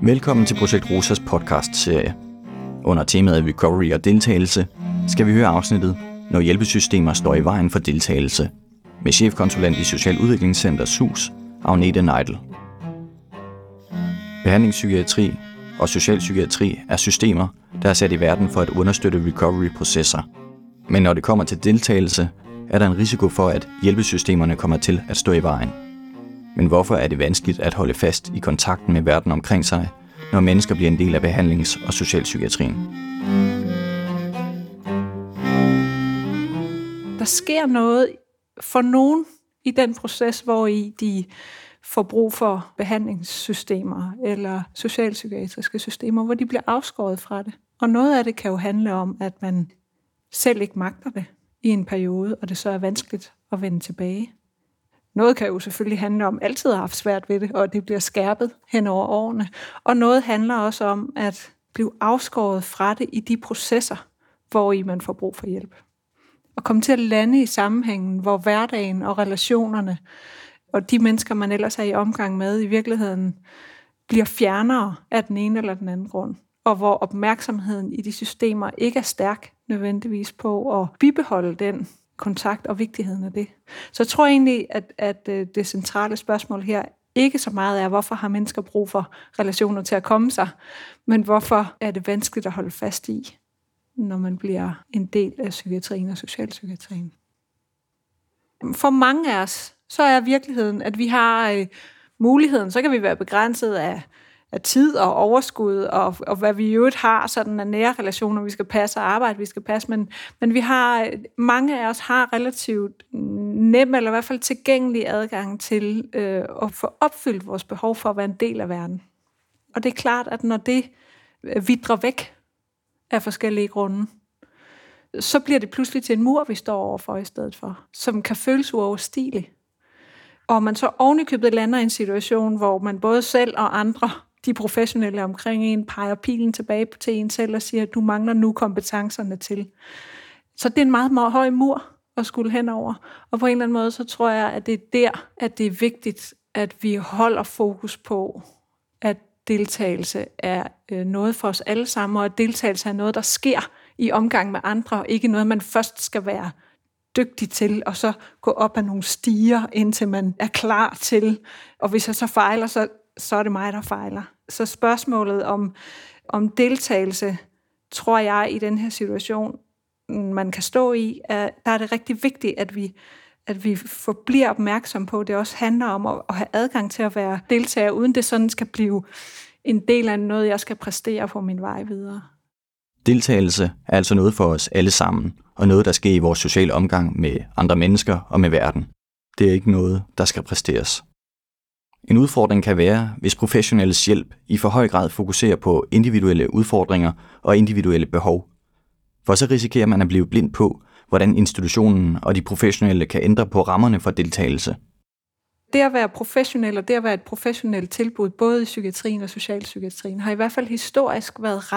Velkommen til Projekt Rosas podcast-serie. Under temaet Recovery og deltagelse skal vi høre afsnittet, når hjælpesystemer står i vejen for deltagelse, med chefkonsulent i Social Udviklingscenter SUS, Agnete Neidel. Behandlingspsykiatri og socialpsykiatri er systemer, der er sat i verden for at understøtte recovery-processer. Men når det kommer til deltagelse, er der en risiko for, at hjælpesystemerne kommer til at stå i vejen. Men hvorfor er det vanskeligt at holde fast i kontakten med verden omkring sig, når mennesker bliver en del af behandlings- og socialpsykiatrien? Der sker noget for nogen i den proces, hvor de får brug for behandlingssystemer eller socialpsykiatriske systemer, hvor de bliver afskåret fra det. Og noget af det kan jo handle om, at man selv ikke magter det i en periode, og det så er vanskeligt at vende tilbage. Noget kan jo selvfølgelig handle om, at altid har haft svært ved det, og det bliver skærpet hen over årene. Og noget handler også om at blive afskåret fra det i de processer, hvor man får brug for hjælp. Og komme til at lande i sammenhængen, hvor hverdagen og relationerne og de mennesker, man ellers er i omgang med, i virkeligheden bliver fjernere af den ene eller den anden grund. Og hvor opmærksomheden i de systemer ikke er stærk nødvendigvis på at bibeholde den kontakt og vigtigheden af det. Så jeg tror egentlig, at det centrale spørgsmål her ikke så meget er, hvorfor har mennesker brug for relationer til at komme sig, men hvorfor er det vanskeligt at holde fast i, når man bliver en del af psykiatrien og socialpsykiatrien. For mange af os, så er virkeligheden, at vi har muligheden, så kan vi være begrænset af tid og overskud, og hvad vi i øvrigt har, sådan af nære relationer, vi skal passe, og arbejde, vi skal passe, men vi har, mange af os har relativt nem, eller i hvert fald tilgængelig adgang til at få opfyldt vores behov for at være en del af verden. Og det er klart, at når det vidrer væk af forskellige grunde, så bliver det pludselig til en mur, vi står overfor i stedet for, som kan føles uoverstigelig. Og man så ovenikøbet lander i en situation, hvor man både selv og andre, de professionelle omkring en, peger pilen tilbage til en selv og siger, at du mangler nu kompetencerne til. Så det er en meget, meget høj mur at skulle henover. Og på en eller anden måde, så tror jeg, at det er der, at det er vigtigt, at vi holder fokus på, at deltagelse er noget for os alle sammen, og at deltagelse er noget, der sker i omgang med andre, ikke noget, man først skal være dygtig til, og så gå op ad nogle stiger, indtil man er klar til. Og hvis jeg så fejler, så er det mig, der fejler. Så spørgsmålet om deltagelse, tror jeg, i den her situation, man kan stå i, der er det rigtig vigtigt, at vi forbliver opmærksom på, det også handler om at have adgang til at være deltager, uden det sådan skal blive en del af noget, jeg skal præstere på min vej videre. Deltagelse er altså noget for os alle sammen, og noget, der sker i vores sociale omgang med andre mennesker og med verden. Det er ikke noget, der skal præsteres. En udfordring kan være, hvis professionelles hjælp i for høj grad fokuserer på individuelle udfordringer og individuelle behov. For så risikerer man at blive blind på, hvordan institutionen og de professionelle kan ændre på rammerne for deltagelse. Det at være professionel og det at være et professionelt tilbud, både i psykiatrien og socialpsykiatrien, har i hvert fald historisk været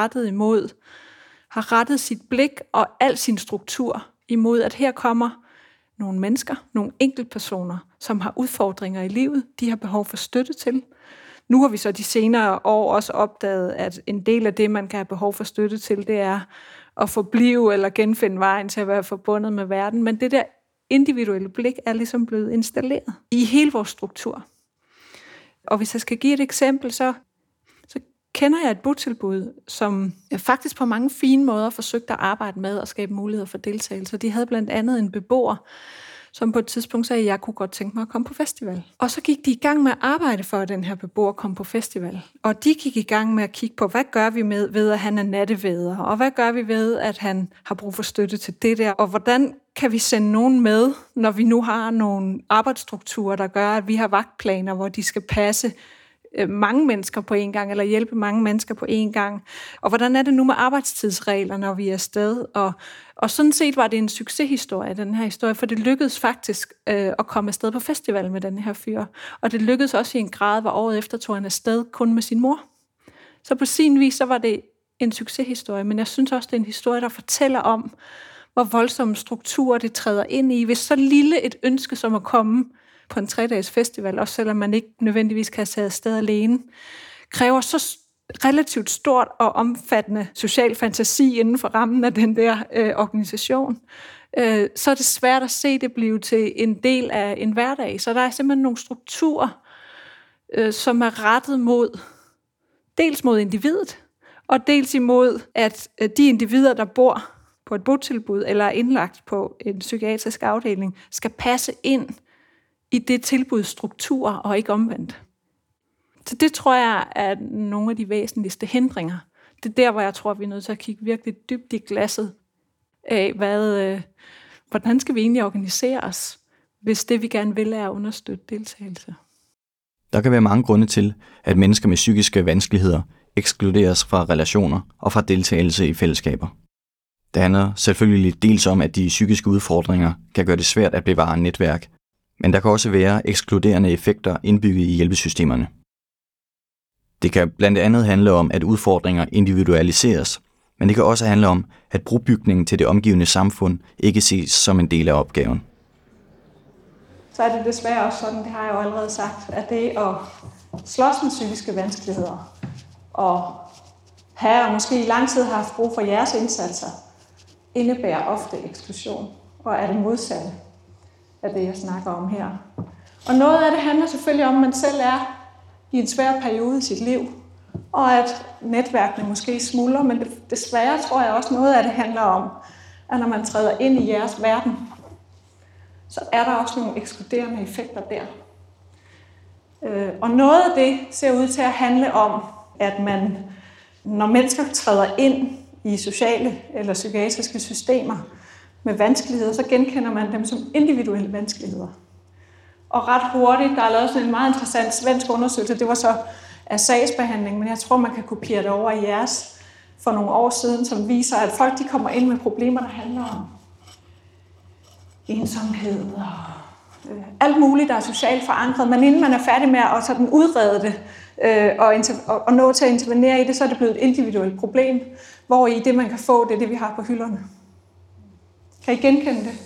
har rettet sit blik og al sin struktur imod, at her kommer nogle mennesker, nogle enkeltpersoner, som har udfordringer i livet, de har behov for støtte til. Nu har vi så de senere år også opdaget, at en del af det, man kan have behov for støtte til, det er at forblive eller genfinde vejen til at være forbundet med verden. Men det der individuelle blik er ligesom blevet installeret i hele vores struktur. Og hvis jeg skal give et eksempel, så kender jeg et botilbud, som faktisk på mange fine måder forsøgte at arbejde med og skabe muligheder for deltagelse. De havde blandt andet en beboer, som på et tidspunkt sagde, at jeg kunne godt tænke mig at komme på festival. Og så gik de i gang med at arbejde for, at den her beboer kom på festival. Og de gik i gang med at kigge på, hvad gør vi ved, at han er nattevæder? Og hvad gør vi ved, at han har brug for støtte til det der? Og hvordan kan vi sende nogen med, når vi nu har nogle arbejdsstrukturer, der gør, at vi har vagtplaner, hvor de skal passe mange mennesker på en gang, eller hjælpe mange mennesker på en gang. Og hvordan er det nu med arbejdstidsregler, når vi er afsted? Og sådan set var det en succeshistorie, den her historie, for det lykkedes faktisk at komme afsted på festival med den her fyr. Og det lykkedes også i en grad, hvor året efter tog han afsted kun med sin mor. Så på sin vis, så var det en succeshistorie, men jeg synes også, det er en historie, der fortæller om, hvor voldsomme strukturer det træder ind i, hvis så lille et ønske som at komme på en 3-dages festival, også selvom man ikke nødvendigvis kan tage afsted alene, kræver så relativt stort og omfattende social fantasi inden for rammen af den der organisation, så er det svært at se det blive til en del af en hverdag. Så der er simpelthen nogle strukturer, som er rettet mod, dels mod individet, og dels imod, at de individer, der bor på et botilbud eller er indlagt på en psykiatrisk afdeling, skal passe ind i det tilbuds struktur og ikke omvendt. Så det tror jeg er nogle af de væsentligste hindringer. Det er der, hvor jeg tror, vi er nødt til at kigge virkelig dybt i glasset af, hvordan skal vi egentlig organisere os, hvis det, vi gerne vil, er at understøtte deltagelse. Der kan være mange grunde til, at mennesker med psykiske vanskeligheder ekskluderes fra relationer og fra deltagelse i fællesskaber. Det handler selvfølgelig dels om, at de psykiske udfordringer kan gøre det svært at bevare netværk, men der kan også være ekskluderende effekter indbygget i hjælpesystemerne. Det kan blandt andet handle om, at udfordringer individualiseres, men det kan også handle om, at brobygningen til det omgivende samfund ikke ses som en del af opgaven. Så er det desværre også sådan, det har jeg jo allerede sagt, at det at slås med psykiske vanskeligheder og have og måske i lang tid har haft brug for jeres indsatser, indebærer ofte eksklusion og er det modsatte af det, jeg snakker om her. Og noget af det handler selvfølgelig om, at man selv er i en svær periode i sit liv, og at netværkene måske smuldrer, men desværre tror jeg også noget af det handler om, at når man træder ind i jeres verden, så er der også nogle ekskluderende effekter der. Og noget af det ser ud til at handle om, at man, når mennesker træder ind i sociale eller psykiatriske systemer med vanskeligheder, så genkender man dem som individuelle vanskeligheder. Og ret hurtigt, der er lavet sådan en meget interessant svensk undersøgelse, det var så af sagsbehandling, men jeg tror, man kan kopiere det over i jeres for nogle år siden, som viser, at folk de kommer ind med problemer, der handler om ensomhed og alt muligt, der er socialt forankret, men inden man er færdig med at sådan udrede det og nå til at intervenere i det, så er det blevet et individuelt problem, hvor i det, man kan få, det er det, vi har på hylderne. Kan I genkende det?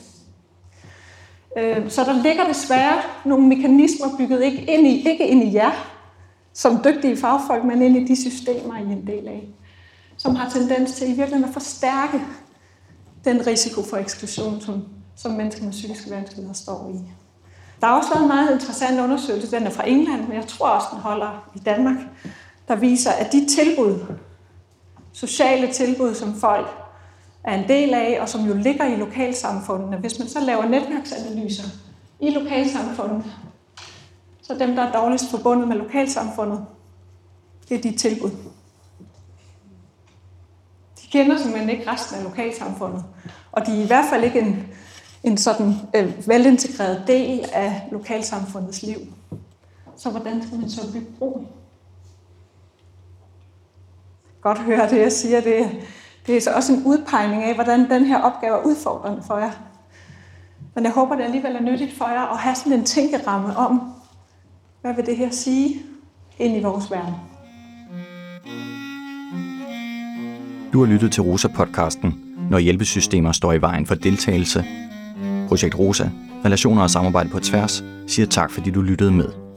Så der ligger desværre nogle mekanismer bygget ikke ind i jer, som dygtige fagfolk, men ind i de systemer, I er en del af, som har tendens til i virkeligheden at forstærke den risiko for eksklusion, som mennesker med psykiske vanskeligheder står i. Der er også lavet en meget interessant undersøgelse, den er fra England, men jeg tror også, den holder i Danmark, der viser, at de tilbud, sociale tilbud, som folk er en del af, og som jo ligger i lokalsamfundene, hvis man så laver netværksanalyser i lokalsamfundet, så dem, der er dårligst forbundet med lokalsamfundet, det er de tilbud. De kender simpelthen ikke resten af lokalsamfundet, og de er i hvert fald ikke en sådan velintegreret del af lokalsamfundets liv. Så hvordan skal man så bygge bro? Godt høre det, jeg siger. Det er så også en udpegning af, hvordan den her opgave er udfordrende for jer. Men jeg håber, det alligevel er nyttigt for jer at have sådan en tænkeramme om, hvad vil det her sige ind i vores verden. Du har lyttet til Rosa-podcasten, når hjælpesystemer står i vejen for deltagelse. Projekt Rosa, relationer og samarbejde på tværs, siger tak, fordi du lyttede med.